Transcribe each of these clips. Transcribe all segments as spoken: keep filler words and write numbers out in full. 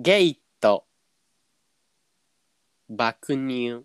ゲイと爆乳。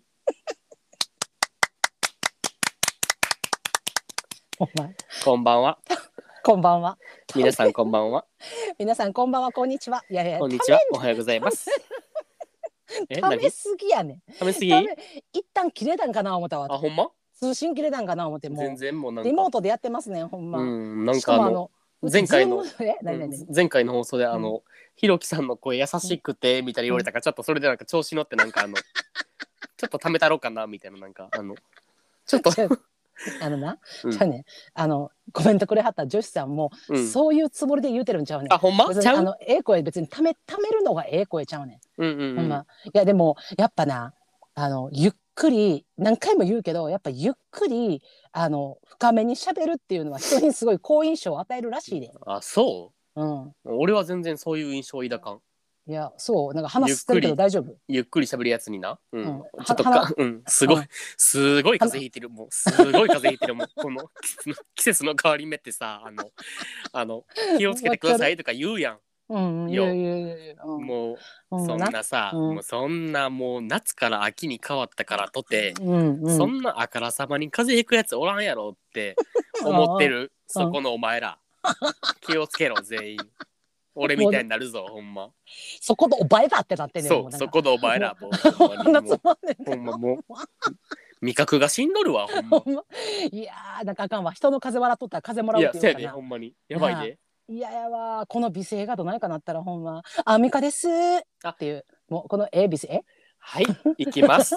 お前こんばんは。 こんばんは。 皆さんこんばんは。 皆さんこんばんは、こんにちは。いやいや、 こんにちは。おはようございます。え、 ため何？ すぎやねん。 ためすぎ？ ため一旦切れたんかな思ったわ。 あ、ほんま？ 通信切れたんかな思って、もう全然もうなんかリモートでやってますね、ほんま。 うん、なんしかもあかあのの前回のズームえ何何何前回の放送であうのひろきさんの声優しくてみたいに言われたから、ちょっとそれでなんか調子乗ってなんかあのちょっとためたろうかなみたいな、なんかあのちょっとあのな、 うんじゃあね、あのコメントくれはった女子さんも、 うんそういうつもりで言うてるんちゃうねん。 あ、ほんま？ちゃう？ 別にあのええ声別にためためるのがええ声ちゃうねん。 うんうんうんほんま。いやでもやっぱな、あのゆっくり何回も言うけど、やっぱゆっくりあの深めに喋るっていうのは人にすごい好印象を与えるらしいで。 あ、そうん。 う？俺は全然そういう印象を抱かん。 いやそうなんか話してるけど大丈夫？ ゆっくり喋るやつにな、うん、 うんちょっとはか、うん、すごい、 うんすごい風邪ひいてる、もうすごい風邪ひいてる、もうこの季節の季節の変わり目ってさ、あの、あの気をつけてくださいとか言うやん。 うんうん、いよ、 やいやいやいや、うん、 もううんそんなさ、 うんもうそんなもう夏から秋に変わったからとて、 うんうん、 そんなあからさまに風邪ひくやつおらんやろって思ってる、そこのお前ら、気をつけろ全員。俺みたいになるぞ、ほんま。 そこのお前だってなってんねん。 そう、そこのお前ら、もうほんまにもう、ほんまもう味覚がしんどるわ、ほんま。 いやー、なんかあかんわ。人の風笑っとったら風もらうっていうかな。 いや、せやで、ほんまに。やばいで。 いややわ、この美声がどないかなったらほんま、アンミカですっていう、もうこのえ美声、えはい、行きます。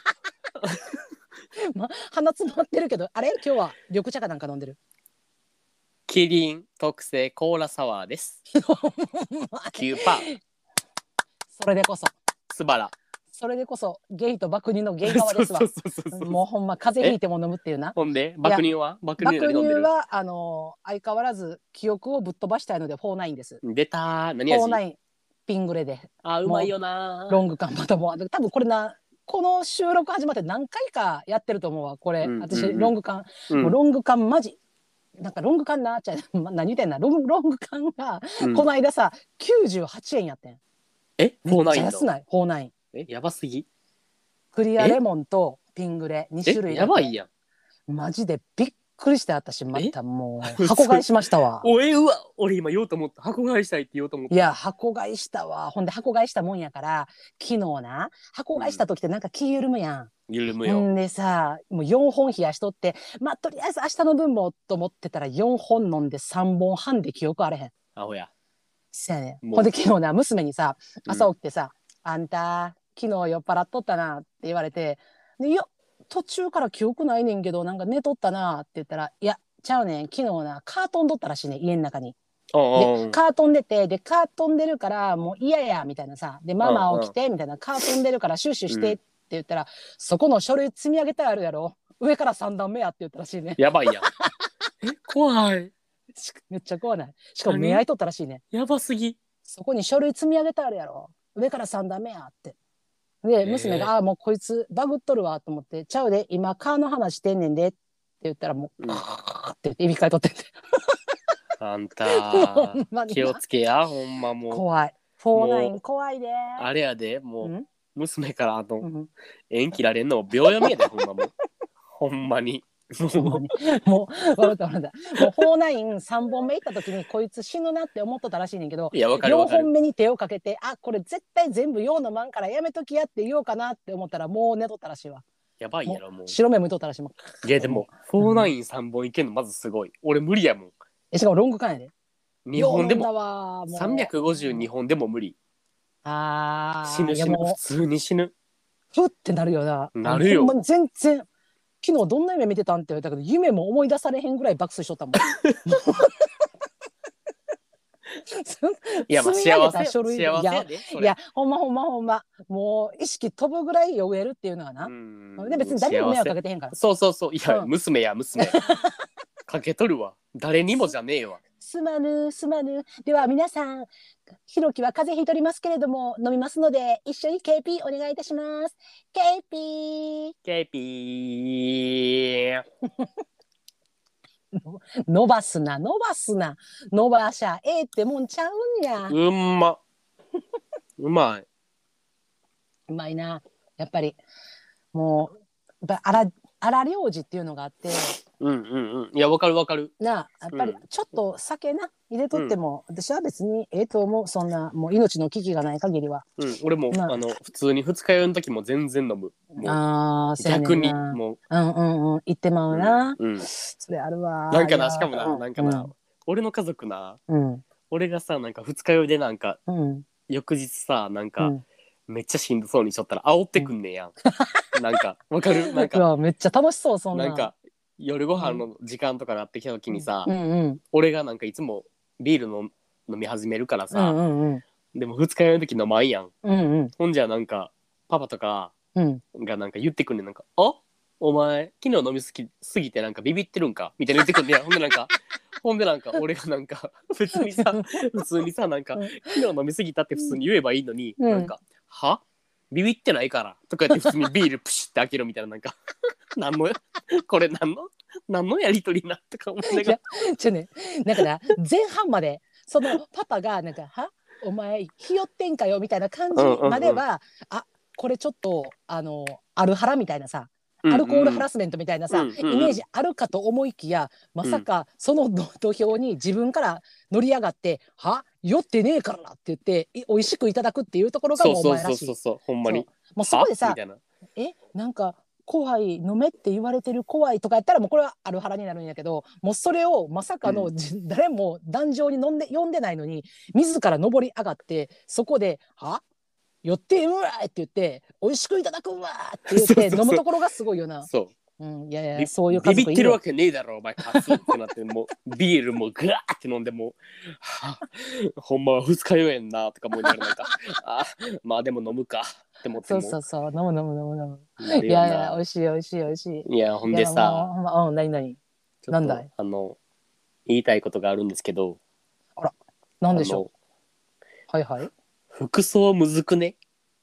ま、鼻詰まってるけど、あれ今日は緑茶かなんか飲んでる？ キリン特製コーラサワーです。きゅうパーセント。 それでこそ。 すばら。 それでこそゲイと爆乳のゲイ側ですわ。もうほんま風邪ひいても飲むっていうな。 ほんで爆乳は爆乳爆乳はあのー、相変わらず記憶をぶっ飛ばしたいのでフォーナインです。 出たー。何味？ フォーナインピングレで。 あ、うまいよな。 ロング缶またもう多分これな、この収録始まって何回かやってると思うわこれ、うんうんうん、私ロング缶、うん、もうロング缶マジなんかロング缶なっちゃう何言ってんな、ロンロング缶が、うん、この間さきゅうじゅうはちえんやってん。 え、 めっちゃ安ない？フォーナイン。 え、やばすぎ。 クリアレモンとピングレに種類。 やばいやん。 マジでびっくりして、私またもう箱買いしましたわ。 おえ、うわ、俺今言おうと思った。箱買いしたいって言おうと思った。 いや箱買いしたわ。ほんで箱買いしたもんやから昨日な、箱買いした時ってなんか気緩むやん、うん、 緩むよ。 ほんでさ、もうよんほん冷やしとって、まあとりあえず明日の分もと思ってたらよんほん飲んでさんぼんはんで記憶あれへん。 アホや。 そうやね。ほんで昨日な娘にさ朝起きてさ、うん、あんた昨日酔っ払っとったなって言われて、でいや途中から記憶ないねんけどなんか寝とったなって言ったら、いやちゃうねん、昨日なカートンどったらしいね、家の中に。でカートン出て、でカートン出るからもう嫌やみたいなさ、でママ起きてみたいな、カートン出るからシュッシュしてって言ったら、うん、そこの書類積み上げてあるやろ、上からさんだんめやって言ったらしいね。 やばいやん。え、怖い。 めっちゃ怖ない。しかも目合いとったらしいね。 やばすぎ。 そこに書類積み上げてあるやろ、上からさんだんめやって。で娘が、えー、あもうこいつバグっとるわと思って、ちゃうで今カーの話してんねんでって言ったら、もうカーって言って控えとってんて。 あんた気をつけや、ほんま。もう怖い。フォーナイン怖いで。 あれやで、もう、うん、娘からあの、うん、縁切られんの秒読みやで、ほんまもう。ほんまに。 もう、もう、笑った笑った。もうフォーナインさんぼんめ行った時にこいつ死ぬなって思っとったらしいねんけど、 いや、わかるわかる。 よんほんめに手をかけて、あ、これ絶対全部用のまんからやめときやって言おうかなって思ったらもう寝とったらしいわ。 やばいやろ、もう。 白目向いとったらしいもん。 いや、でも、フォーナインさんぼんいけんのまずすごい。俺無理やもん。 え、しかもロング缶やで。 にほんでもさんびゃくごじゅうにほんでも無理。 あ死ぬ死ぬ、普通に死ぬ。 ふってなるよな。 なるよ。 全然昨日どんな夢見てたんって言われたけど、夢も思い出されへんぐらい爆睡しとったもん。 いや、まあ幸せ幸せやで。 いやほんまほんまほんま、もう意識飛ぶぐらい酔えるっていうのはな。で別に誰にも迷惑かけてへんから。 そうそうそう。いや、うん、娘や娘。かけとるわ。誰にもじゃねえわ。 すまぬすまぬ。では皆さん、ひろきは風邪ひいとりますけれども飲みますので一緒に ケーピー お願いいたします。ケーピーケーピー伸ばすな伸ばすな、伸ばしゃええってもんちゃうんや。 うんまうまい。 うまいな。やっぱりもうやっぱ荒荒領事っていうのがあってうんうんうん。いやわかるわかる。 なやっぱりうんちょっと酒な入れとうんっても、私は別にええと思う。そんなもう命の危機がない限りは。 うん。俺もなあの普通に二日酔いの時も全然飲む。もあーそうやねう逆にんな。 もうんうんうん言ってまう。うんうな。 うん。 それあるわ。 なんかいやなしかもななんかな、俺の家族な、 うん俺がさなんか二日酔いでなんかうん翌日さなんかうんめっちゃしんどそうにしとったら煽ってくんねんやん。なんかわかるなんうかわめっちゃ楽しそうそんなん。 なんか夜ご飯うんの時間とかなってきた時にさ、 うんうん俺がなんかいつもビールの飲み始めるからうさ、 んうんうんでも二日酔いの時飲まんやん。 うんうんほんじゃなんかパパとかうんがなんか言ってくんねん。なんかあお前昨日飲みすぎすぎてなんかビビってるんかみたいな言ってくんねや。ほんでなんかほんでなんか俺がなんか普通にさ普通にさなんか昨日飲みすぎたって普通に言えばいいのに、 うんなんかはビビってないからとか言って普通にビールプシュって開けるみたいななんか何のこれ何の何のやりとりなとか思いながらちょねだから前半までそのパパがなんか「はお前ひよってんかよ」みたいな感じまでは、あこれちょっとあのアルハラみたいなさアルコールハラスメントみたいなさ、 うんうんうんイメージあるかと思いきやまさかその土俵に自分から乗り上がって「は酔ってねえからな」って言ってい美味しくいただくっていうところがもうお前らしい。 そうそうそうそうほんまにもうそこでさみたいなえなんか怖い飲めって言われてる怖いとかやったらもうこれはアルハラになるんやけど、もうそれをまさかの、 うんじ誰も壇上に飲んで呼んでないのに自ら上り上がってそこで「は寄ってうわー」って言って「美味しくいただくわー」って言ってそうそうそう飲むところがすごいよな。 そううん、いやいやビそういう家族いるよビビってるわ。けねえだろお前カスってなってもうビールもグワーって飲んでもうはあほんまは二日酔えんなとか思いながらなんかあまあでも飲むかって思ってもそうそうそう飲む飲む飲む飲なるよむ。いやいやな。 美味しい美味しい美味しい。 いやほんいやもうでさほんまうん何何ちょっとなんだいあの言いたいことがあるんですけど、 なんでしょあのう。はいはい。 服装むずくね。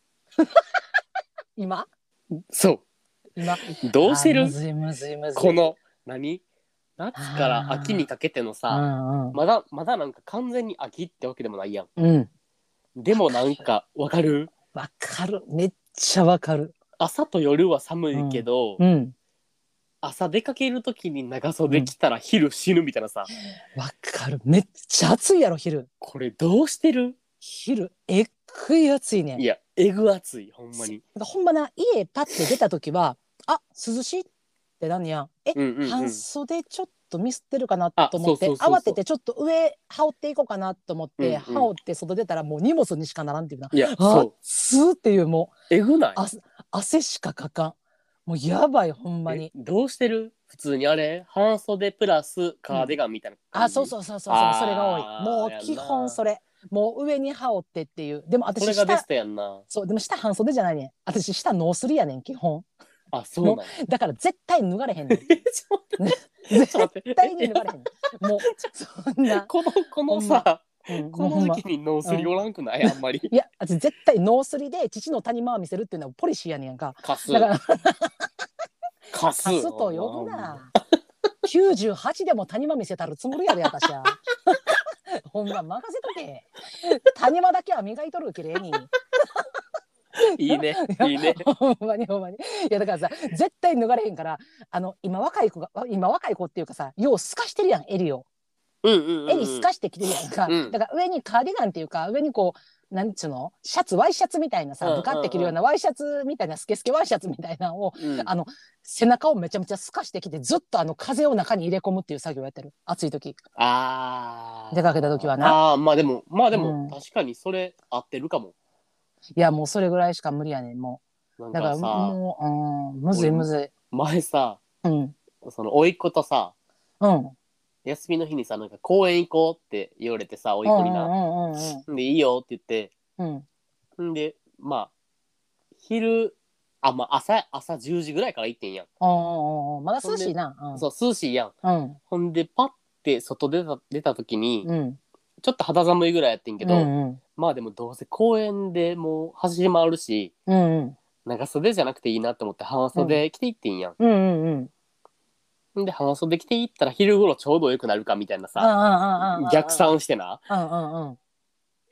今そ今うどうしてるあーむずいむずいむずい。 この何夏から秋にかけてのうさんうんまだまだなんか完全に秋ってわけでもないやん。 うんでもなんかわかるわかるめっちゃわかる。 朝と夜は寒いけど、 うん朝出かけるときに長袖着たら昼死ぬみたいなさ、 わかるめっちゃ暑いやろ昼。 これどうしてる？ 昼えっくい暑いね。 いやえぐ暑いほんまに。 なんかほんまな家パッて出た時はあ涼しいってなんねやん。え、 うんうんうん、 半袖ちょっとミスってるかなあと思ってそうそうそうそう慌ててちょっと上羽織っていこうかなと思って、 うんうん羽織って外出たらもう荷物にしかならんっていうな。 いやあそうスーっていうもうえぐない？ あ汗しかかかん。もうやばいほんまにえ。どうしてる？普通にあれ半袖プラスカーディガンみたいな感じ、 あそうそうそうそうそうそれが多い。 あーもう基本それ。もう上に羽織ってっていう。でも私下それがベストやんな。 そうでも下半袖じゃないねん。私下ノースリやねん基本。 あそうなんやだから絶対脱がれへんねん。 えちょっと待ってちょっと待って絶対に脱がれへんねん。もうそんな。 このこのさ、 うんこの時期にノースリおらんくない、あんまりいや私絶対ノースリで父の谷間を見せるっていうのはポリシーやねんやんか。 カスだからカスカスと呼ぶな。きゅうじゅうはちでも谷間見せたるつもりやで私は。ほんま任せとけ。谷間だけは磨いとるきれいに。 いいねいいねほんまにほんまに。いやだからさ絶対脱がれへんからあの今若い子が今若い子っていうかさよう透かしてるやん襟を。 うんうんうんうん、 襟透かしてきてるやんか、 うんだから上にカーディガンっていうか上にこうなんつうのシャツワイシャツみたいなさうんうんうんブカって着るようなワイシャツみたいなスケスケワイシャツみたいなのを、 うんあの背中をめちゃめちゃ透かしてきてずっとあの風を中に入れ込むっていう作業をやってる暑い時。 あー出かけた時はなあーまあでもまあでも、 うん確かにそれ合ってるかも。 いやもうそれぐらいしか無理やねんもなんうだからかさもう、うん、むずいむずい。 前さうんその甥っ子とさうん休みの日にさなんか公園行こうって言われてさ甥っ子にな、 うんうんうんうんでいいよって言ってうんんでまあ昼あまあ朝朝じゅうじぐらいから行ってんやん、 うんうんまだ涼しいな。うんそう涼しいやん。 うんほんでパッて外出た出た時に、 うんちょっと肌寒いぐらいやってんけど、 うんうんまあでもどうせ公園でもう走り回るしうんうん長袖じゃなくていいなって思って半袖着て行ってんやん、 うんうんうんで半袖着て行ったら昼頃ちょうどよくなるかみたいなさ逆算してな。 うんうんうん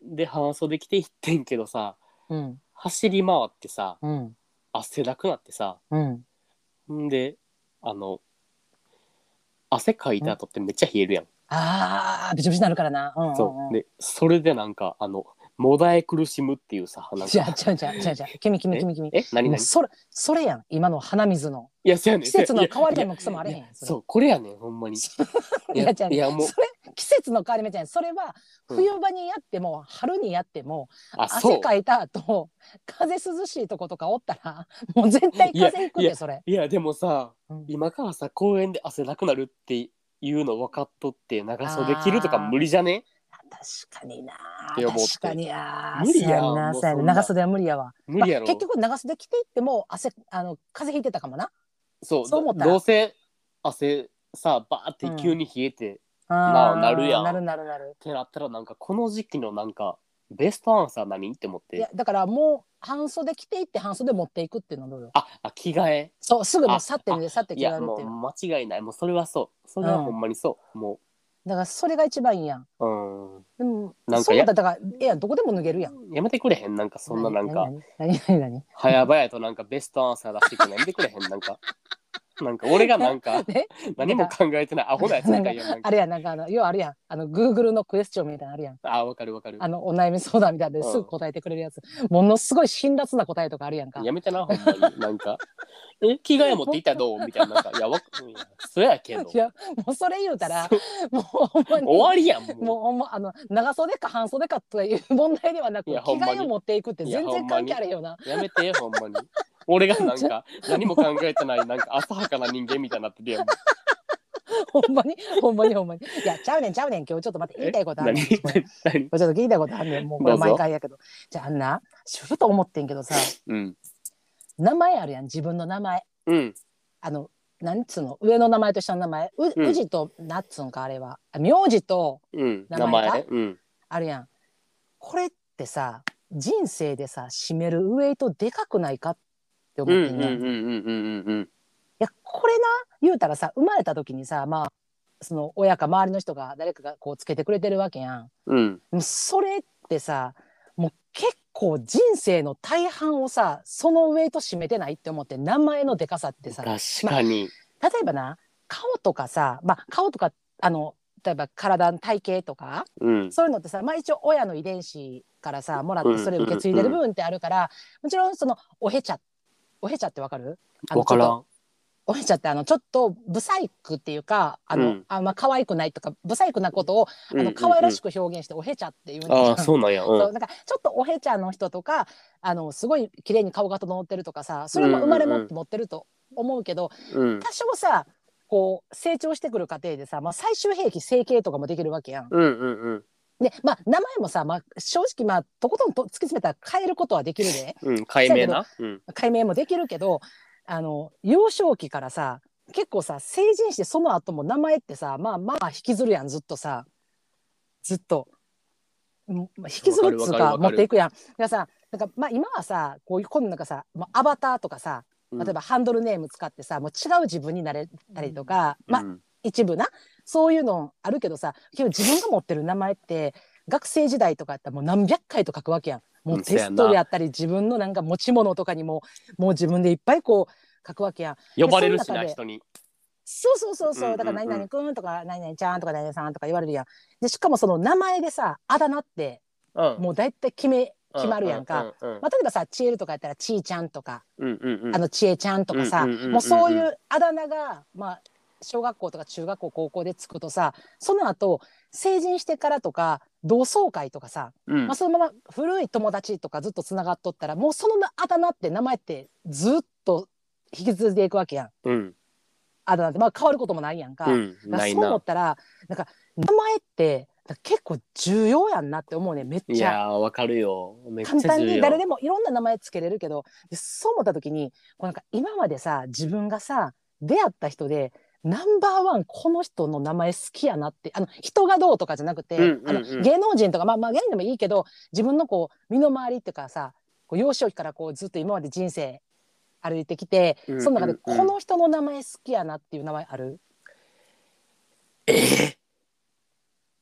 で半袖着て行ってんけどさ、 うん走り回ってさ、 うん汗だくなってさ、 うんんであの汗かいた後ってめっちゃ冷えるやん。 ああびちょびちょになるからな。うんうんうん。 そうでそれでなんかあのもだえ苦しむっていうさ、なんじゃあかじゃあじゃあじゃあじゃあ君君え君君え何何もうそれそれやん今の鼻水のいやそうやねん季節の変わりいや目もクソもあれいやへんそれ。 そうこれやねんほんまに。いいややじゃあねいやもう、 それ季節の変わり目じゃないそれはうん、 冬場にやっても春にやってもあそう汗かいた後風涼しいとことかおったらもう絶対いや風邪ひくいやでそれ。 いやでもさ、 うん今からさ公園で汗なくなるっていうの分かっとって長袖着るとかあ無理じゃねー確かになて思って確かにあー無理やんそうやんなそうやもうそんなな長袖は無理やわ。 無理やろ、 まあ、結局長袖着ていっても汗あの風邪ひいてたかもなそうどそう思ったら。 どうせ汗さバーって急に冷えて、なあなるやんっあーなるなるなる。 てなったらなんかこの時期のなんかベストアンサー何って思っていやだからもう半袖着ていって半袖持っていくっていうのどうよ。 ああ着替えそうすぐもうあ去ってね去っていやもう着替えるっていうの。 間違いないもうそれはそうそれはほんまにそう、もだからそれが一番いいやん。 ううんでもなんかやそうだだからええやんどこでも脱げるやん。 やめてくれへんなんかそんななんか何何何何早々となんかベストアンサー出してくるのやめてくれへんなんかなんか俺がなんかね何も考えてないアホなやつなんかみたいやんなんかあれやんなんかあの要はあるやんあの Google のクエスチョンみたいなのあるやん。 あわかるわかるあのお悩み相談みたいなのですぐ答えてくれるやつ、ものすごい辛辣な答えとかあるやんか。 やめてなほんまになんかえ着替え持っていったらどうみたいななんかいやわいやそやけどいやもうそれ言うたらもうほんまに終わりやんもうもうほんまあの長袖か半袖かという問題ではなくいや着ほんまに替えを持っていくって全然関係あるよな。 やめてほんまに俺がなんか何も考えてないなんか浅はかな人間みたいになってるやんほんまにほんまにほんまにいやちゃうねんちゃうねん今日ちょっと待って言いたいことあるねん。 何これ何ちょっと聞いたことあんねんもうこれ毎回やけどじゃああんなふと思ってんけどさうん名前あるやん自分の名前うんあのなんつうの上の名前と下の名前う、 うんうじとなっつうんかあれはあ名字とうん名前か名前うんあるやんこれってさ人生でさ占めるウエイトでかくないかって思ってんねん。 うんうんうんうんうんうんいやこれな言うたらさ生まれた時にさまあその親か周りの人が誰かがこうつけてくれてるわけやん。 うんもうそれってさもう結構人生の大半をさそのウエイト占めてないって思って名前のでかさってさ確かに、 例えばな顔とかさ、まあ、顔とかあの例えば体の体型とかうんそういうのってさ、まあ、一応親の遺伝子からさもらっうんてそれ受け継いでる部分ってあるから、もちろんそのおへちゃおへちゃってわかる？あのわからんちょっとおへちゃってあのちょっとブサイクっていうかあの、 うんあまあ可愛くないとかブサイクなことをあの可愛らしく表現しておへちゃっていうねんああそうなんやうんそうなんかちょっとおへちゃの人とかあのすごい綺麗に顔が整ってるとかさそれも生まれもって持ってると思うけど、 うん多少さこう成長してくる過程でさ、まあ、最終兵器整形とかもできるわけやん。 うんうんうんでまあ名前もさ、まあ、正直まあとことんと突き詰めたら変えることはできるでうん解明なうん解明もできるけどあの幼少期からさ結構さ成人してその後も名前ってさまあまあ引きずるやんずっとさずっと。うん引きずるっつうかわかるわかるわかる持っていくやん。だからさなんか、まあ、今はさこういう今度なんかさ、まあ、アバターとかさ例えばハンドルネーム使ってさもう違う自分になれたりとか、まあうん一部なそういうのあるけどさ結構自分が持ってる名前って学生時代とかやったらもう何百回と書くわけやん。もうテストであったり自分のなんか持ち物とかにももう自分でいっぱいこう書くわけやん。 呼ばれるしでその中でな人にそうそうそうそう、 うんうんうんだから何々くんとか何々ちゃんとか何々さんとか言われるやん。でしかもその名前でさあだ名ってうんもう大体決め決まるやんか。 うんうんまあ、例えばさちえるとかやったらちーちゃんとか、 うんうんうんあのちえちゃんとかさ、 うんうんうんうんもうそういうあだ名がまあ小学校とか中学校高校でつくとさその後成人してからとか同窓会とかさ、 うんまあ、そのまま古い友達とかずっとつながっとったらもうそのあだ名って名前ってずっと引き継いでいくわけやん。 うんあだ名ってまあ変わることもないやんか。 うんだからそう思ないなったらなんか名前って結構重要やんなって思うねめっいちゃ。 やーわかるよめっちゃ簡単重要に誰でもいろんな名前つけれるけどでそう思った時にこうなんか今までさ自分がさ出会った人でナンバーワンこの人の名前好きやなってあの人がどうとかじゃなくて、 うんうんうんあの芸能人とかまあまあ芸人でもいいけど自分のこう身の回りっていうかさこう幼少期からこうずっと今まで人生歩いてきて、 うんうんうんその中でこの人の名前好きやなっていう名前ある？ えー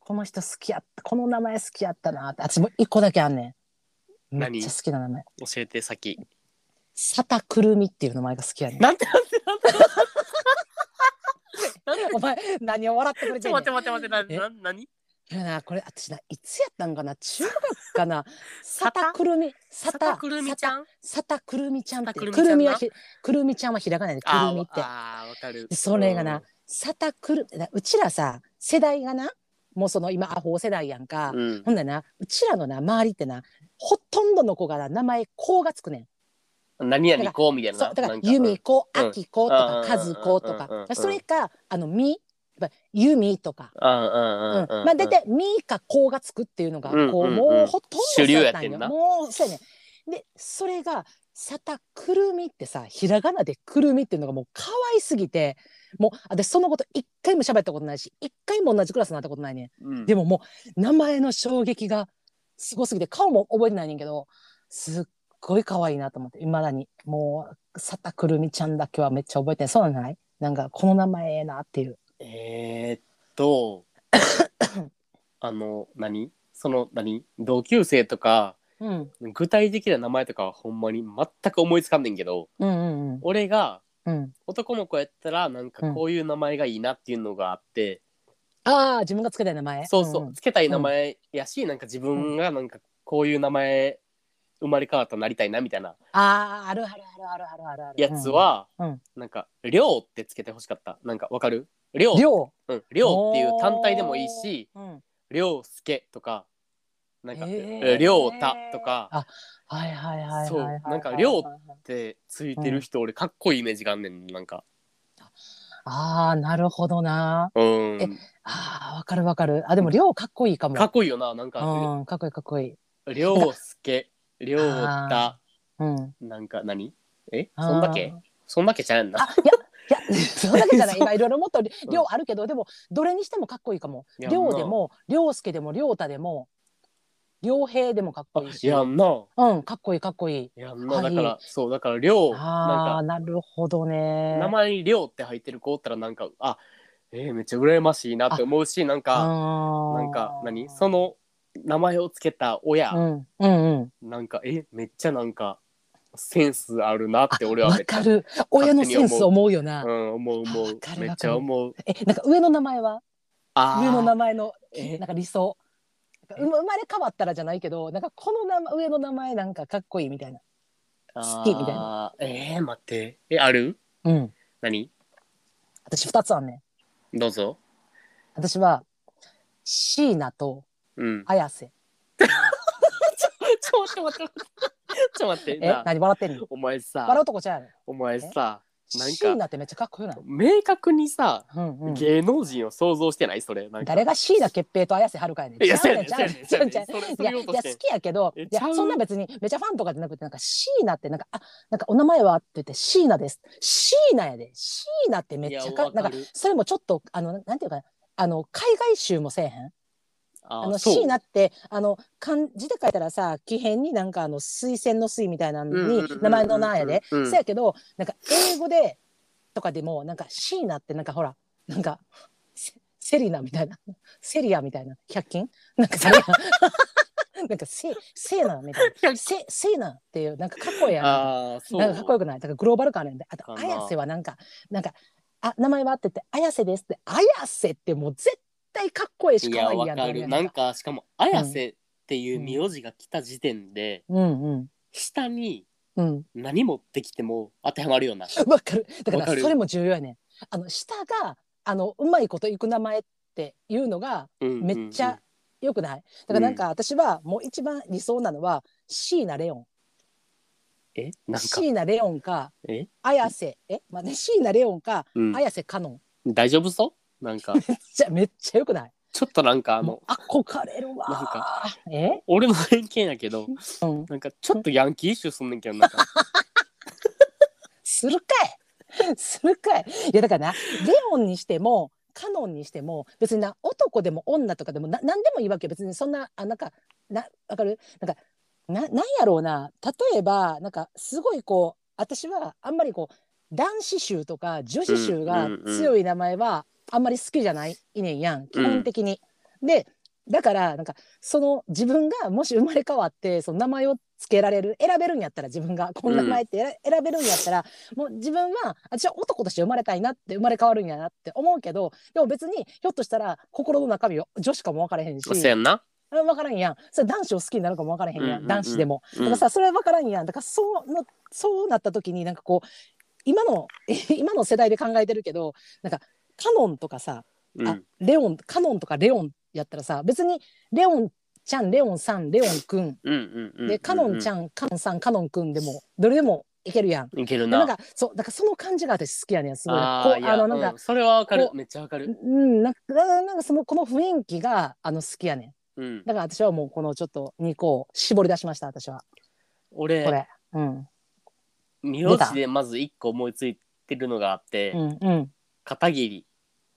この人好きやったこの名前好きやったなって私も一個だけあんねん。めっ何ちゃ好きな名前。 教えて先。 佐田くるみっていう名前が好きやねん。 なんてなんてなんてお前何を笑ってくれてんねん。 ちょ待って待って待ってえなな何いやなこれ私ないつやったんかな中学かな佐田くるみ佐田くるみちゃん佐田くるみちゃんって佐田くるみちゃんなくるみはひくるみちゃんはひらがなでくあーるみってあーわかる。 でそれがなうん佐田くるうちらさ世代がなもうその今アホ世代やんか、 うん、 ほんだなうちらのな周りってなほとんどの子がな名前こうがつくねん。 何々こうみたいな。 そうだからなんか由美子、 うんあき子とかうん和子とうんうんうんうんかそれかあのみやっぱ由美とかうんうんうんうんうんまあ大体みかこうがつくっていうのがこう、 うんうんうんもうほとんど主流そうやったんよやってんなもうそうやねんでそれが佐田くるみってさひらがなでくるみっていうのがもう可愛すぎてもう私そのこと一回も喋ったことないし一回も同じクラスになったことないねん、 うん、 でももう名前の衝撃がすごすぎて顔も覚えてないねんけどすっごい可愛いなと思っていまだにもう佐田くるみちゃんだけはめっちゃ覚えてないそうなんじゃないなんかこの名前ええなっていうえー、っとあの何その何同級生とかうん具体的な名前とかはほんまに全く思いつかんねんけど、 うんうんうん俺がうん男の子やったらなんかこういう名前がいいなっていうのがあって、 ああ自分がつけたい名前そうそう、 んんつけたい名前やし、なんか自分がなんかこういう名前生まれ変わったらなりたいなみたいなあああるあるあるあるあるあるあるやつは、 うんうんなんか「りょう」ってつけてほしかった。なんかわかる？りょう、 りょうん、りょうっていう単体でもいいし、 う、うん、 りょうすけとか、なんかへーりょうたとか、 あはいはいはいはいそうはいなんかりょうってついてる人、俺かっこいいイメージがあんねん。なんかああなるほどなうんえああわかるわかるあでもりょうかっこいいかもかっこいいよな。なんかうんかっこいいかっこいいりょうすけ、りょうた、 うんなんか何えあーそんだけそんだけちゃうやんな。 あいやいやそれだけじゃない今いろいろもっとりょうあるけど、でもどれにしてもかっこいいかもいやりょうでもりょうすけでもりょうたでもりょうへいでもかっこいいしやんな。 うんかっこいいかっこいいやんな。 はいだからそうだからりょうあなんかあなるほどね名前にりょうって入ってる子おったらなんかあえー、めっちゃ羨ましいなって思うし、なんかなんか何その名前をつけた親、 うんうんうんなんかえめっちゃなんかセンスあるなって俺はめっちゃわかる親のセンス思うよな、 うん思う思うわかるめっちゃ思う。 えなんか上の名前はあ上の名前前のえなんか理想なんか生まれ変わったらじゃないけどなんかこの名前上の名前なんかかっこいいみたいな好きみたいなえー、待ってえあるうん何私ふたつあんねんどうぞ。 私は椎名とうん綾瀬ちょちょ待って待ってちょ待ってえな何笑ってんのお前さ笑うとこちゃうやろお前さなんか椎名ってめっちゃかっこよない、 明確にさ、 うんうん、 芸能人を想像してないそれなんか誰が椎名潔平と綾瀬はるかやねんいやちゃうねんちゃうねんちそうやねんゃうねんちゃうねんそれそいやいれ言おうとしてんや好きやけどいやえちゃうそんな別にめちゃファンとかじゃなくてなんか椎名ってなんかあなんかお名前はって言って椎名です椎名やで椎名ってめっちゃいやかなんかわかるそれもちょっとあのなんていうかなあの海外集もせえへんあのそう椎名ってあの漢字で書いたらさ木偏になんかあの水仙の水みたいなのにうんうんうんうん名前の名やでうんせやけどなんか英語でとかでもなんか椎名ってなんかほらなんかセセリナみたいなセリアみたいなひゃく均なんかそれなんかセセーナみたいなセセーナっていうなんかかっこいいやんあーそうなんかかっこよくないだからグローバル感あるんであとかな綾瀬はなんかなんかあ名前はって言って綾瀬ですって綾瀬ってもう絶対かっこいいしいや可愛いやんわかるなんかしかも綾瀬っていううん名字が来た時点で、 うんうん下にうん何持ってきても当てはまるようなわかるだかわからるそれも重要やねんあの下があのうまいこといく名前っていうのがめっちゃよくないだからなんか私はもう一番理想なのは椎名レオンえなんか椎名レオンかえ、 綾瀬えまあね椎名レオンかうん、 綾瀬かのん大丈夫そうなんかじゃめっちゃよくないちょっとなんかあのもう憧れるわなんかえ俺の偏見やけどうんなんかちょっとヤンキー一周すんねんけどなんかするかいするかいいやだからなレオンにしてもカノンにしても別にな男でも女とかでもな何でもいいわけよ別にそんなあなんかなわかるなんかななんやろうな例えばなんかすごいこう私はあんまりこう男子臭とか女子臭が強い名前はあんまり好きじゃないねんやん基本的に。でだからなんかその自分がもし生まれ変わってその名前をつけられる選べるんやったら自分がこの名前って選べるんやったら、うん、もう自分は私は男として生まれたいなって生まれ変わるんやなって思うけどでも別にひょっとしたら心の中身は女子かも分からへんし。 そうやんな。 分からんやん。それ男子を好きになるかも分からへんやん、うんうんうん、男子でも。だからさそれは分からんやん。だからそうのそうなった時になんかこう今の今の世代で考えてるけどなんかカノンとかさ、うん、あレオンカノンとかレオンやったらさ別にレオンちゃんレオンさんレオンくんでカノンちゃんカノンさんカノンくんでもどれでもいけるやん。 いけるな。 なんかそうだからその感じが私好きやねんすごい。 ああのなんか、うん、それはわかる。めっちゃわかる。 うんなんかなんかそのこの雰囲気があの好きやねん。うん、だから私はもうこのちょっとにこを絞り出しました私は。 俺これ。うん。 名字でまずいっこ思いついてるのがあって、うんうん、片桐。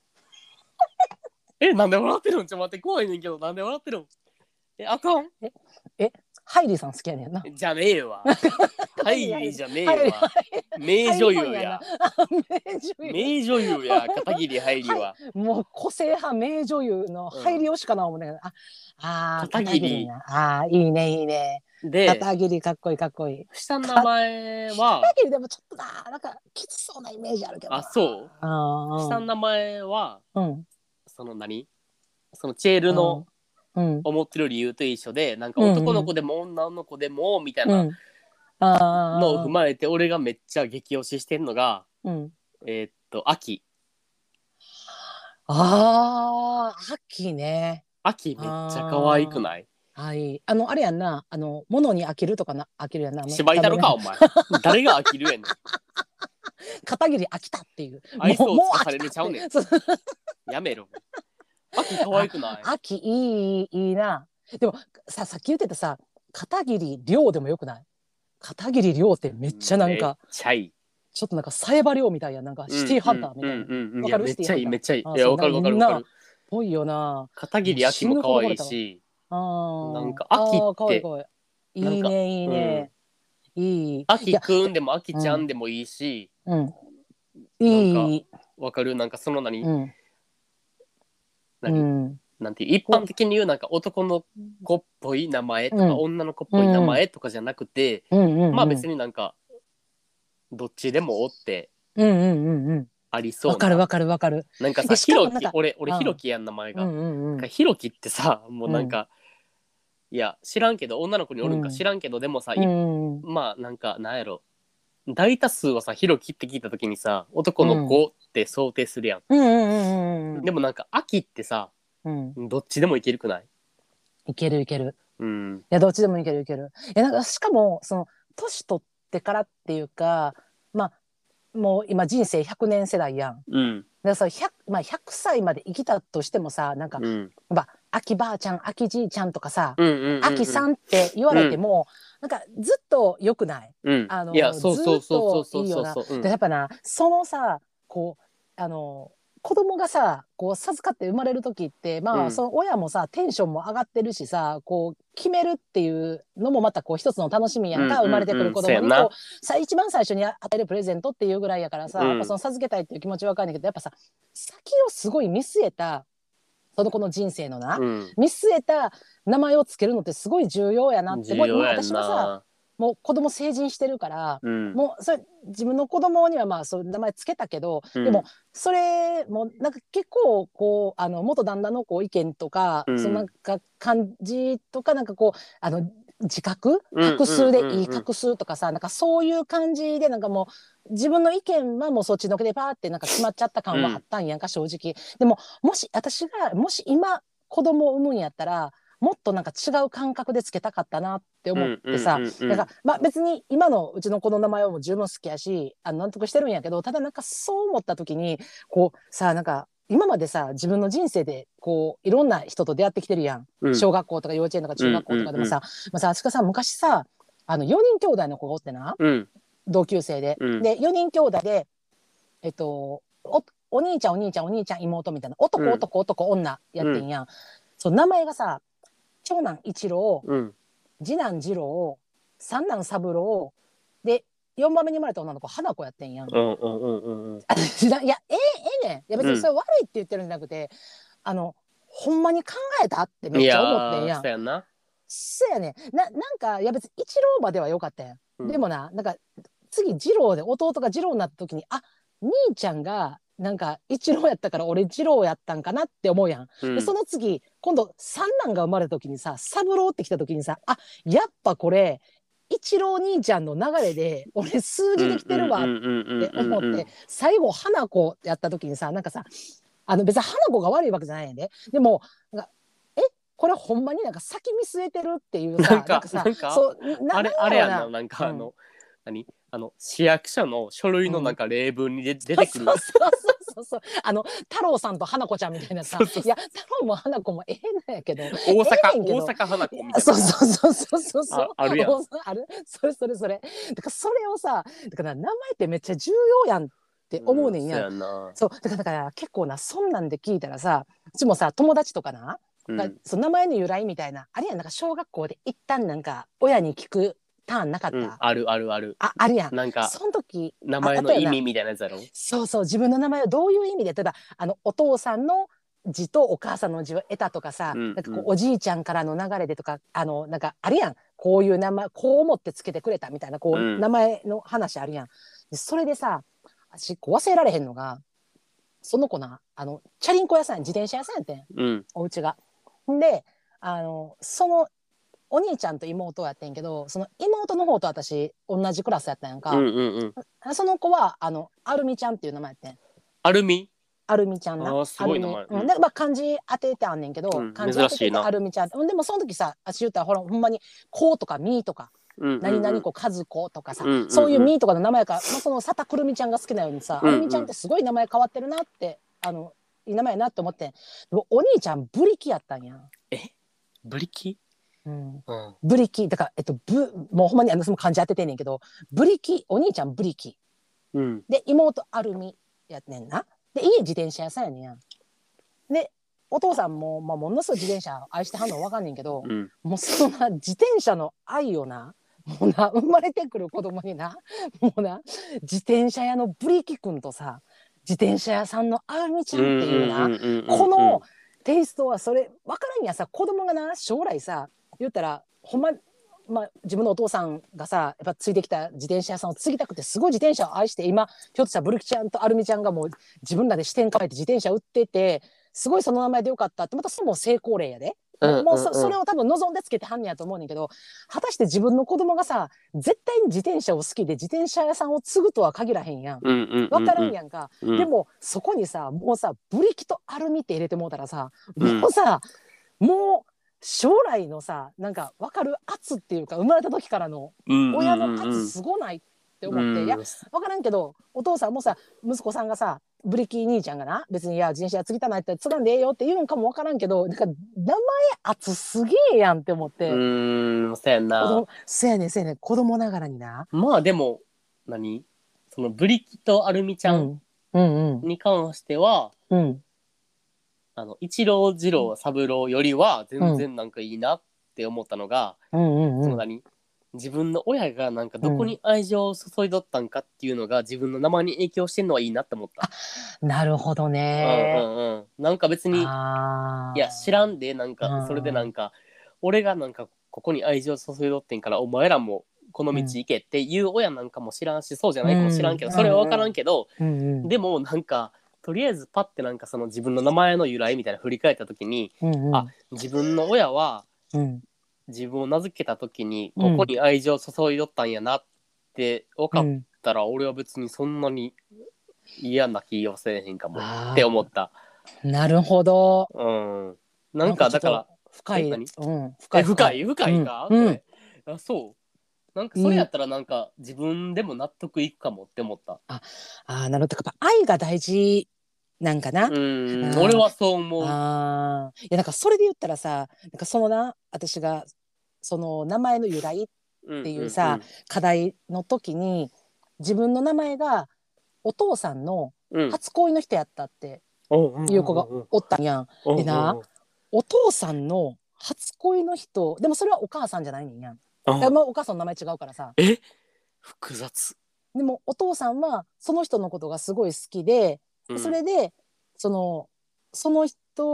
え、なんで笑ってるん？ちょっと待って、怖いねんけど、なんで笑ってるん？え、あかん？ え、え、ハイリーさん好きやねんな。 じゃねえわ。ハイリーじゃねえわ。名女優や。名女優や、片桐ハイリーは。 もう個性派名女優のハイリー推しかな思うねん。あ、あ、 片桐。 あ、いいねいいね。で、片桐かっこいいかっこいい。 下の名前は。 片桐でもちょっとな、なんかきつそうなイメージあるけど。 あ、そう。あ、下の名前は。うん。その何そのチェールの思ってる理由と一緒で、うん、なんか男の子でも女の子でもみたいなのを踏まえて、俺がめっちゃ激推ししてんのが、うん、えー、っと秋。 あー秋ね。 秋めっちゃ可愛くない？ はい、あのあれやんな、あの物に飽きるとかな、飽きるやんな。 芝居だろかお前。誰が飽きるやねん。 片桐飽きたっていう。 愛想をつかされるちゃうねん。やめろ。秋可愛くない？ 秋いいいいな。でもささっき言ってたさ片桐涼でもよくない？片桐涼ってめっちゃなんか、 めっちゃいい。 ちょっとなんかサエバ涼みたいやなんかシティハンターみたいな。 わかる？めっちゃいいめっちゃいい。いやわかるわかるわかる。 ぽいよな。 片桐秋も可愛いし、あなんか秋っていいねいいね、うん、いい。 秋くんでも秋ちゃんでもいいし、うん、いい。わかる？なんかその何？うん何、うん、なんていう一般的に言うなんか男の子っぽい名前とか、うん、女の子っぽい名前とかじゃなくて、うんうんうん、まあ別になんかどっちでもおってありそうな。 わかるわかるわかる。 なんかさひろき俺俺ひろきやん名前が。ひろきってさもうなんか、うん、いや知らんけど女の子におるんか知らんけど、うん、でもさ、うん、まあなんかなんやろ大多数はさひろきって聞いた時にさ男の子って想定するやん。うんうんうんうん、でもなんか秋ってさ、うん、どっちでもいけるくない？ いけるいける。うん、いやどっちでもいけるいける。いやなんかしかもその年取ってからっていうかまあもう今人生ひゃくねん世代やん。うん、だからさ ひゃく,、まあ、ひゃくさいまで生きたとしてもさなんか、うん、まあ秋ばあちゃん秋じいちゃんとかさ、うんうんうんうん、秋さんって言われても、うん、なんかずっと良くない？うん、あのいやそうそうそうそうそうそうそうそう。でやっぱなそのさこうあの子供がさこう授かって生まれる時ってまあ、うん、その親もさテンションも上がってるしさこう決めるっていうのもまたこう一つの楽しみやんか、うんうんうん、生まれてくる子供にこうさ一番最初に与えるプレゼントっていうぐらいやからさ、うん、やっぱその授けたいっていう気持ちは分かんないけどやっぱさ先をすごい見据えたその子の人生のな、うん、見据えた名前をつけるのってすごい重要やなってもう今私はさもう子供成人してるから、うん、もうそれ自分の子供にはまあそういう名前つけたけど、うん、でもそれもなんか結構こうあの元旦那のこう意見とか、うん、そのなんか感じとかなんかこうあの自覚画数でいい画数とかさなんかそういう感じでなんかもう自分の意見はもうそっちのけでパーってなんか決まっちゃった感はあったんやんか、正直。でももし私がもし今子供を産むんやったらもっとなんか違う感覚でつけたかったなって思ってさ、だからまあ別に今のうちの子の名前はもう十分好きやしあの納得してるんやけどただなんかそう思った時にこうさなんか今までさ自分の人生でこういろんな人と出会ってきてるやん、うん、小学校とか幼稚園とか中学校とかでもさ、うんうんうん、まあさあすかさ昔さあのよにん兄弟の子がおってな、うん、同級生で、うん、でよにん兄弟でえっと お, お兄ちゃんお兄ちゃんお兄ちゃん妹みたいな男、うん、男男女やってんやん、うん、そう名前がさ長男一郎、うん、次男次郎三男三郎でよんばんめに生まれた女の子花子やってんやん。いやええええねんいや別にそれ悪いって言ってるんじゃなくて、うん、あのほんまに考えたってめいっちゃ思ってんやん。 やーそうやんな。 そうやねな。なんかいや別に一郎まではよかったやん、 うんでもな、なんか次二郎で弟が二郎になった時に、あ、兄ちゃんがなんか一郎やったから俺二郎やったんかなって思うやん。でそうんの次今度三男が生まれた時にさ、三郎ってきた時にさ、あ、やっぱこれ一郎兄ちゃんの流れで俺数字できてるわって思って、最後花子やった時にさ、なんかさ、あの別に花子が悪いわけじゃないんで、でもなんかえこれほんまになんか先見据えてるっていうさ、 なんかさなんかそうなあれなんあれやんな、 やろな、 なんかあうんの、何あの市役所の書類のなんか例文にで、出てくる。 そうそうそうそうそう、あの太郎さんと花子ちゃんみたいなさ、 そうそうそういや太郎も花子もええなんやけど、 大阪、 ええねんけど、 大阪花子みたいな。 そうそうそうそうそうそう、 あ、あるやん。 ある、それそれそれ、だからそれをさ、だから名前ってめっちゃ重要やんって思ううん、そうねんやん。 やんな。 そうだから、だから結構なそんなんで聞いたらさ、うちもさ友達とかな、がうん、 その名前の由来みたいなあれやん、なんか小学校で一旦なんか親に聞くターンなかっうん、 た、 あるあるある。 あ、あるやん。 なんかその時名あ、あったよな。 前の意味みたいなやつやろ。 そうそう、自分の名前をどういう意味で、例えばあのお父さんの字とお母さんの字を得たとかさ、 うんなんかこううんおじいちゃんからの流れでとか、あのなんかあるやん、こういう名前こう思ってつけてくれたみたいなこう、 うん、 名前の話あるやん。でそれでさ、私こう忘れられへんのが、その子な、あのチャリンコ屋さん、自転車屋さんやってん、 うん、 お家が。で、あのそのお兄ちゃんと妹やってんけど、その妹の方と私同じクラスやったんやんか。 うんうんうん。 その子はあのアルミちゃんっていう名前やってん。 アルミ。 アルミちゃんな。 ああ、すアルミ。 ごい名前。うん、 うん、で、まあ、漢字当ててあんねんけど、 うん、 漢字当ててて珍しいな。 アルミちゃん。うん、でもその時さ、私言ったらほら、ほんまに、こうとかみーとか、 うんうんうん。 何々子、和子とかさ、 うんうんうん、 そういうみーとかの名前から、まあ、その佐田くるみちゃんが好きなようにさ、 うんうん、 アルミちゃんってすごい名前変わってるなって、あの、いい名前やなって思ってん。でもお兄ちゃん、ブリキやったんや。 え、ブリキ。 うん。 うん、 ブリキ、だから、えっと、ブ、もうほんまにあの、その漢字当ててんねんけど、ブリキ、お兄ちゃんブリキ。 うん、 で、妹アルミやってんな。で、家自転車屋さんやねんやん。で、お父さんも、まあ、ものすごい自転車愛してはんの分かんねんけど、 うん、 もうそのな、自転車の愛をな、もうな、生まれてくる子供にな、もうな、自転車屋のブリキ君とさ、自転車屋さんのあルみちゃんっていうな、このテイストはそれ、分からんやさ、子供がな、将来さ、言ったら、ほんま、まあ、自分のお父さんがさ、やっぱついてきた自転車屋さんを継ぎたくて、すごい自転車を愛して、今、ひょっとしたらブリキちゃんとアルミちゃんがもう自分らで視点変えて自転車売ってて、すごいその名前でよかったって、またそれも成功例やで。もう、もう そ, それを多分望んでつけてはんねやと思うねんけど、果たして自分の子供がさ、絶対に自転車を好きで自転車屋さんを継ぐとは限らへんやん。分からんやんか。 うん、 でもそこにさ、もうさ、ブリキとアルミって入れてもうたらさ、もうさ、うん、もう将来のさ、なんか分かる圧っていうか、生まれた時からの親の圧すごないって思って、うんうんうん、いや分からんけど、お父さんもさ、息子さんがさ、ブリキ兄ちゃんがな、別にいや自転車継ぎたないって継がんでええよって言うんかも分からんけど、なんか名前圧すげえやんって思って。 うーん、そうやんな。 そうやねん、そうやねん、子供ながらにな。 まあでも何そのブリキとアルミちゃんに関しては、うんうんうん、あの一郎二郎三郎よりは全然なんかいいなって思ったのが、うんうんうん、その何自分の親がなんかどこに愛情を注いどったんかっていうのが自分の名前に影響してんのはいいなって思った。 あ、なるほどね。 うんうんうん。なんか別にいや知らんで、なんかそれでなんか俺がなんかここに愛情を注いどってんからお前らもこの道行けっていう親なんかも知らんし、そうじゃないかも知らんけど、それは分からんけど、うんうん、でもなんかとりあえずパッてなんかその自分の名前の由来みたいな振り返った時に、うんうん、あ、自分の親は、うん自分を名付けた時にここに愛情を注いどったんやなって分かったら、うん、俺は別にそんなに嫌な気をせえへんかもって思った。 なるほど。 うん。なんかだから深い、 何、 うん、 深い深い深いか、 うん、 これ、あ、そう。なんかそれやったらなんか自分でも納得いくかもって思った。 ああ、なるほど。やっぱ愛が大事なんかな。 うん、俺はそう思う。 あ、いやなんかそれで言ったらさ、なんかそのな、私がその名前の由来っていうさ、うんうんうん、課題の時に自分の名前がお父さんの初恋の人やったっていう子がおったんやん。うん、でな、お父さんの初恋の人でもそれはお母さんじゃないねんやん。でもお母さんの名前違うからさ。 え、複雑。 でもお父さんはその人のことがすごい好きで、それでそのその人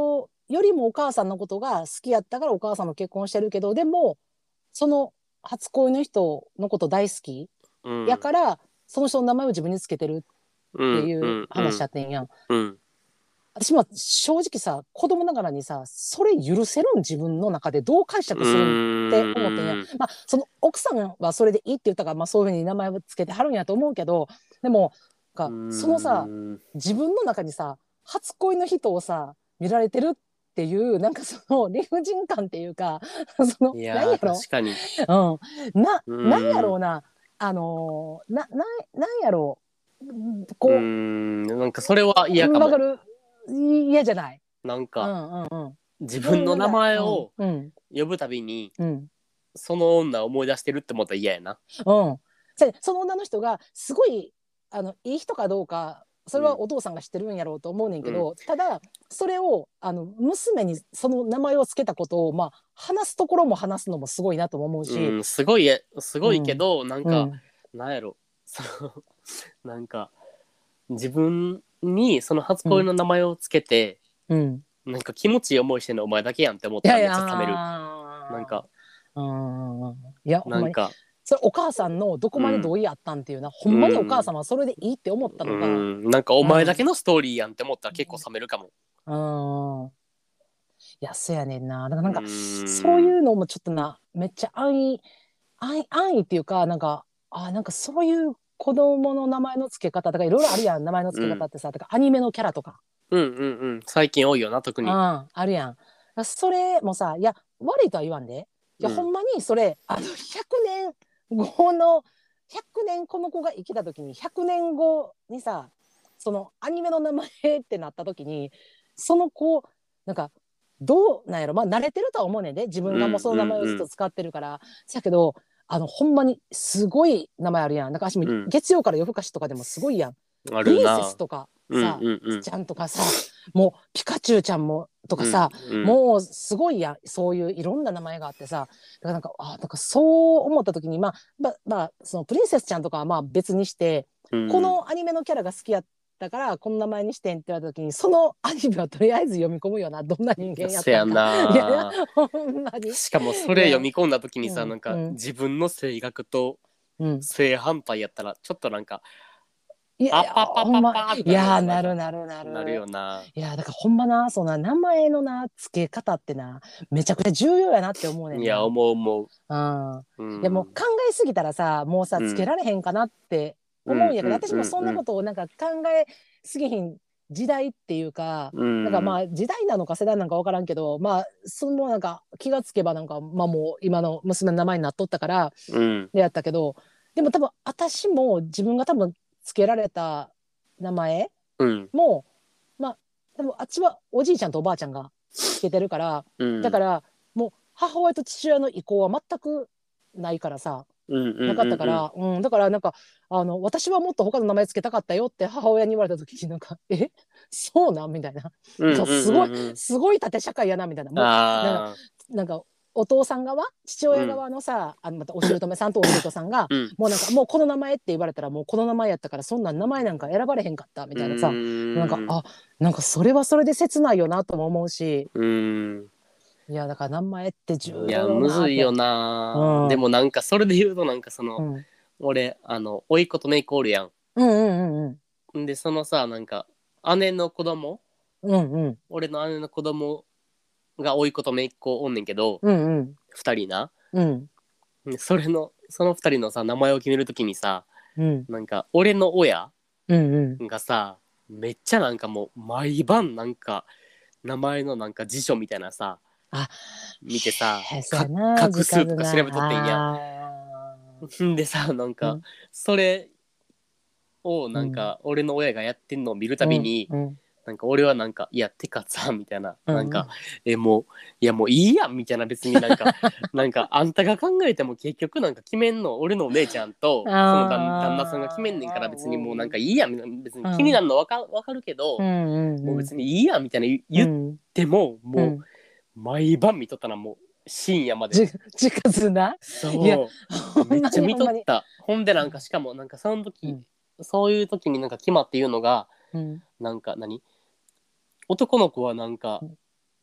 よりもお母さんのことが好きやったからお母さんの結婚してるけど、でもその初恋の人のこと大好きうんやからその人の名前を自分につけてるってうんういうんうん話やってんやん。 うん私も正直さ子供ながらにさそれ許せるん自分の中でどう解う釈するんって思ってんや。 ーんまあその奥さんはそれでいいって言ったから、まあ、そういうふうに名前をつけてはるんやと思うけど、でもうかそのさーん自分の中にさ初恋の人をさ見られてるっていうなんかその理不尽感っていうかそのいやー何やろ、 確かにうん、なう何やーんろうな、あのー、なな何やろう、 うーこんなんかそれは嫌かも。 うわかる、嫌じゃない。うなんかんうんうん。 自もうなん分の名前か、 をうん、 呼ぶたびにうん、 その女を思い出してるって思ったら嫌やな。 うん。そその女の人がすごいあのいい人かどうかそれはうんお父さんが知ってるんやろうと思うねんけうんど、ただそれをあの娘にその名前を付けたことをまあ話すところも話すのもすごいなとも思うし、 うんすごいすごいけうんどなんかうんなんやろそのなんか自分にその初うん恋の名前をつけてうん。 なんか気持ちいい思いしてんのお前だけやんって思ったらめっいやいやちゃ冷める。なんかー、うん、いやほんまになんかそれお母さんのどこまでうん同意あったんっていうな、ほうんまにお母んさんはそれでいいって思ったうのか。 んなんかお前だけうんのストーリーやんって思ったら結構冷めるかも。 うん、いやそやねんな。だからなうんかそうんいうのもちょっとなめっちゃ安易安易安易っていうかなんかあなんかそういう子供の名前の付け方とかいろいろあるやん名前の付け方ってさ、とかアニメのキャラとか、 うんうんうん最近多いよな特うん、 に。 あるやん。それもさいや悪いとは言わんで、いや、 うんほんまにそれあのひゃくねんごのひゃくねんこの子が生きた時にひゃくねんごにさそのアニメの名前ってなった時にその子なんかどうなんやろ、まあ慣れてるとは思うねんで自分がもうその名前をずっと使ってるから、そやけどあのほんまにすごい名前あるやん。なんか私もうん月曜から夜更かしとかでもすごいやん。 あプリンセるな。 スとかうんさ、 うんうんちゃんとかさ、もうピカチュウちゃんもとかうんさ、 うんもうすごいやん、そういういろんな名前があってさ、だからなんかあなんかそう思った時にまあまあ、まあ、そのプリンセスちゃんとかはまあ別にして、 うんこのアニメのキャラが好きやったからこの名前にしてんって言われた時にそのアニメはとりあえず読み込むよな、どんな人間やっせやたんか。いやいやな。 ほんまに。 しかもそれいや読み込んだ時にさ、 うんなんかうん自分の性格とうん正反対やったらちょっとなんかいやいやパパパほんまパパっていやなるなるなるなるなるよな。 いやだからほんまなそんな名前のな付け方ってなめちゃくちゃ重要やなって思うねんいやな。 思う思う。 うん、 うんいやもう考えすぎたらさもうさうんつけられへんかなってうん思うんやけど、 うん私もそんなことをなんか考えすぎひん時代っていうか、 うんなんかまあ時代なのか世代なのか分からんけどまあそのなんか気がつけばなんかまあもう今の娘の名前になっとったからうんでやったけど、でも多分私も自分が多分つけられた名前うんもまあでもあっちはおじいちゃんとおばあちゃんがつけてるから、 うんだからもう母親と父親の意向は全くないからさうんうんなかったから、うん、だからなんかあの私はもっと他の名前つけたかったよって母親に言われた時になんかえそうなんみたいな、 うんなんかすごいうんうんすごい縦社会やなみたいな、もうなんかああなんかお父さん側父親側のさ、あのまたお姑さんとお舅さんがうんもうなんかもうこの名前って言われたらもうこの名前やったからそんな名前なんか選ばれへんかったみうたいなさ、なんかんあなんかそれはそれで切ないよなとも思うし、 うんいやだから名前って重要いやよなって。 むずいよな、 うんでもなんかそれで言うとなんかその、 うん、 俺あの甥っ子と姪っ子おるやん。 うんうんうんんでそのさなんか姉の子供うんうん俺の姉の子供が甥っ子と姪っ子おんねんけどうんうんふたりな。 うんでそれのそのふたりのさ名前を決めるときにさうんなんか俺の親うんうんがさめっちゃなんかもう毎晩なんか名前のなんか辞書みたいなさあ見てさそうやかな画数とか調べとってんや。 あんでさなんかうんそれをなんうんか俺の親がやってんのを見るたーびに、 うんなんか俺はなんかいやてかさみたいな、 うんなんかえもういやもういいやんみたいな、別になんかなんかあんたが考えても結局なんか決めんの俺のお姉ちゃんとその旦旦那さんが決めんねんから別にもうなんかいいやんみたいな、別に気になるのわかわかるけど、 うんうんうんもう別にいいやんみたいな言言っても、もううん毎晩見とったな、もう深夜まで。 じ時数な。 そいやうめっちゃ見とほんまにった。ほんでなんかしかもなんかその時、 うんそういう時になんか決まって言うのがうんなんか何男の子はなんかうん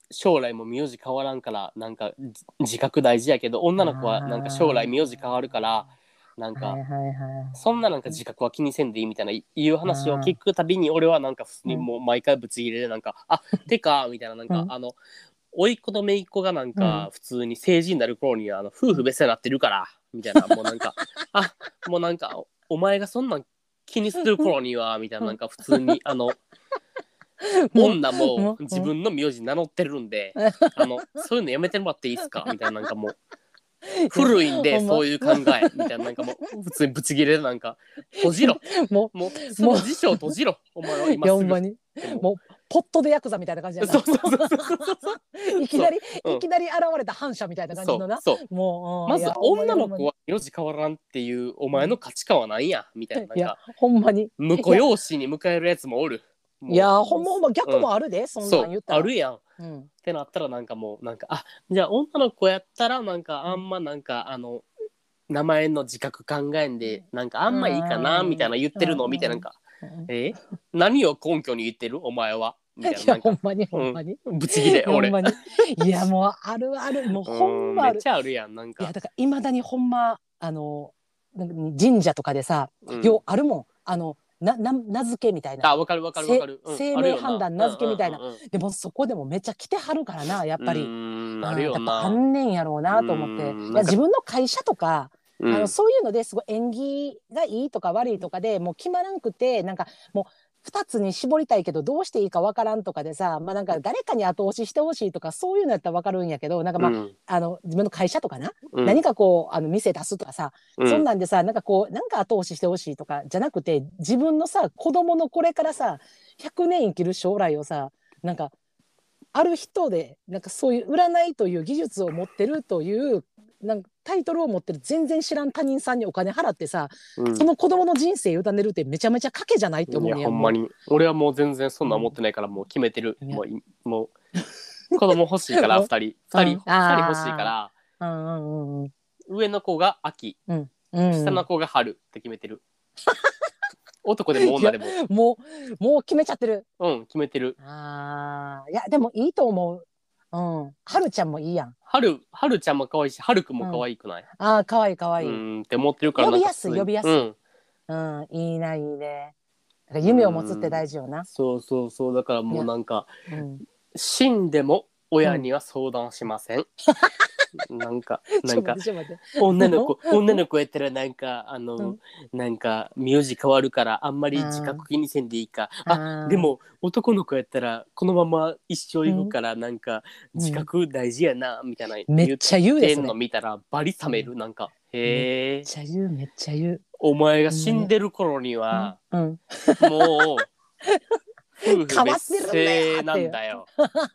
将来も名字変わらんからなんかじ自覚大事やけど、女の子はなんか将来名字変わるからなんか、 はいはいはい。 そんななんか自覚は気にせんでいいみたいないう話を聞くたびに、俺はなんか普通にもう毎回ブチギレでなんか、あてかみたいななんか、 うん、 あの甥っ子と姪っ子がなんうんか普通に成人になる頃にはあの夫婦別姓になってるからみたいな、もうなんかあもうなんかおお前がそんなん気にする頃にはみたいな、なんか普通にあのもう女ももう自分の名字名乗ってるんで、あのそういうのやめてもらっていいですかみたいな、なんかもう古いんでほんまそういう考えみたいな、なんかもう普通にブチギレでなんか閉じろ、 ももうその辞書を閉じろお前はう、い今すぐ。 やほんまに、もうポットでヤクザみたいな感じやな。 そうそうそうそういきなり、 うんいきなり現れた反社みたいな感じのな。 そうそうもう、うん、 まずいやほんまに女の子は名字変わらんっていうお前の価値観は何やみたいな、なんいやかほんまに。 婿養子に迎えるやつもおる。 いやもうほんまほんま逆もあるで、そんそうなん言ったら。 あるやんっうんてなったらなんかもうなんか、あじゃあ女の子やったらなんかあんまなんかあの名前の自覚考えんでなんかあんまいいかなみたいな言ってるのを見てなんか、 うんえ何を根拠に言ってるお前はみたいいな、なんかやほんまにほんまに、 うん、ぶち切れ俺いやほんまに、いやもうあるある、もうほんまある。 めっちゃあるやんなんか。 いやだからいまだにほんまあのなんか神社とかでさ、 うんようあるもん、あのなな名付けみたいな、 あわかるわかるわかる、うん、 生あるよな命判断名付けみたいな、 うんうんうんでもそこでもめっちゃ来てはるからなやっぱり。 うーんあるあやっぱよな。 あんねんやろうなと思って、いやうーんなんか自分の会社とか、 うんあのそういうのですごい縁起がいいとか悪いとかでもう決まらんくて、なんかもうふたつに絞りたいけどどうしていいかわからんとかでさ、まあ、なんか誰かに後押ししてほしいとかそういうのやったらわかるんやけど、なんかまあ、 うんあの自分の会社とかな、 うん何かこうあの店出すとかさ、 うんそんなんでさ、なんかこうなんか後押ししてほしいとかじゃなくて、自分のさ子供のこれからさひゃくねん生きる将来をさ、なんかある人でなんかそういう占いという技術を持ってるというなんかタイトルを持ってる全然知らん他人さんにお金払ってさ、 うんその子供の人生委ねるってめちゃめちゃ賭けじゃないって思いうやねやほんまに俺はもう全然そんな思ってないからもう決めてる、 うんもういもう子供欲しいからもうふたりふたりうんふたり欲しいからうんうんうん上の子が秋うんうん下の子が春って決めてる男でも女でももうもう決めちゃってる。 うん決めてる。 あーいやでもいいと思う。うん、はるちゃんもいいやん。 春春ちゃんも可愛いし春くんも可愛くない、 ああ可愛い可愛い。 うーんって思ってるからなんか呼びやすい呼びやすいうんうんいいないいね。だから夢を持つって大事よな。 そうそうそうだからもうなんかうん、 死んでも親には相談しません、なんかなんかちょっと待ってちょっと待って女の子女の子やったらなんかあの、 うんなんか名字変わるからあんまり自覚気にせんでいいか、ああーでも男の子やったらこのまま一生いくからなんか自覚大事やなみたいなめっちゃ言うですね言ってんの見たらバリ冷める、なんかへめえっちゃ言うめっちゃ言う。 お前が死んでる頃には、 うん、 もう夫婦変わってるん別だよ姓なんだよ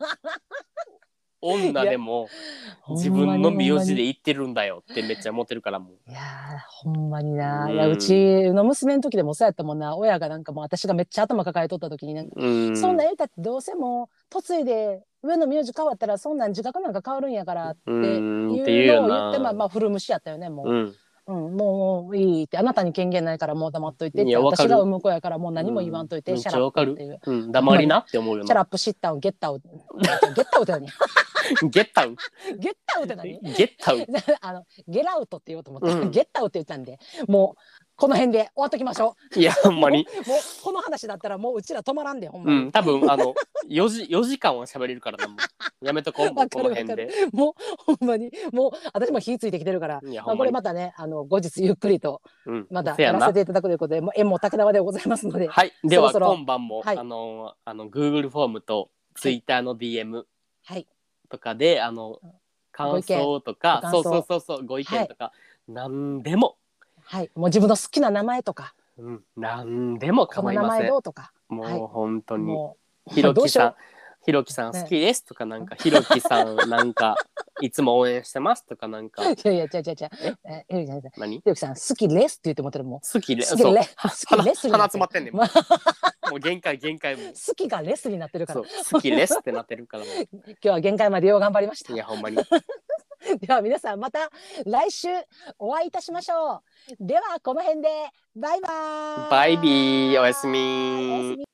女でも自分の名字で言ってるんだよってめっちゃ思ってるからもう。 いやーほんまにな、 うんいやうちの娘の時でもそうやったもんな。親がなんかもう私がめっちゃ頭抱えとった時になんか、 うんそんなん言うたってどうせもう嫁いで上の名字変わったらそんなん自覚なんか変わるんやからってうんっていう言うよなのを言って、まあまあ古虫やったよねもう、 うんうん、もういいってあなたに権限ないからもう黙っといてって、 いやわかる私が産む子やからもう何も言わんといて、 うんシャラップっていう、 めっちゃわかる、うん、黙りなって思うよな。 シャラップシッタウンゲッタウゲッタウって何ゲッタウゲッタウって何ゲッタウあのゲラウトって言おうと思った、 うんゲッタウって言ったんでもうこの辺で終わっときましょう。 いやほんまにもうこの話だったらもううちら止まらんでほんまに、 うん多分あのよじよじかんは喋れるからなもうやめとこうもうこわかるわかの辺で。 るもうほんまにもう私も火ついてきてるから、まあ、 いやほんまにこれまたねあの後日ゆっくりとうんまたせやなやらせていただくということでもう縁も竹縄でございますので、 はいではそろそろ今晩も、 はいあのあの Google フォームと Twitter の ディーエムはいとかであの感想とかご意見ご感想そうそうそうそうご意見とか、何でも、 はいもう自分の好きな名前とかうん、何でもこの名構いません。 前どうとかもうはい本当に、 もうひろきさんどうしよひろきさん好きですとかなんかひろきさんなんかいつも応援してますとかなんかういやいや違う違う違うええひろきさん何ひろきさん好きですって言ってもってるもん好きで好きレそう好きレスになってる鼻鼻詰まってんねんもまあうもう限界限界もう好きがレスになってるからそう好きですってなってるからも今日は限界までよう頑張りました。 ういやほんまにでは皆さんまた来週お会いいたしましょう。ではこの辺でバイバーイ。 バイビーおやすおやすみみ。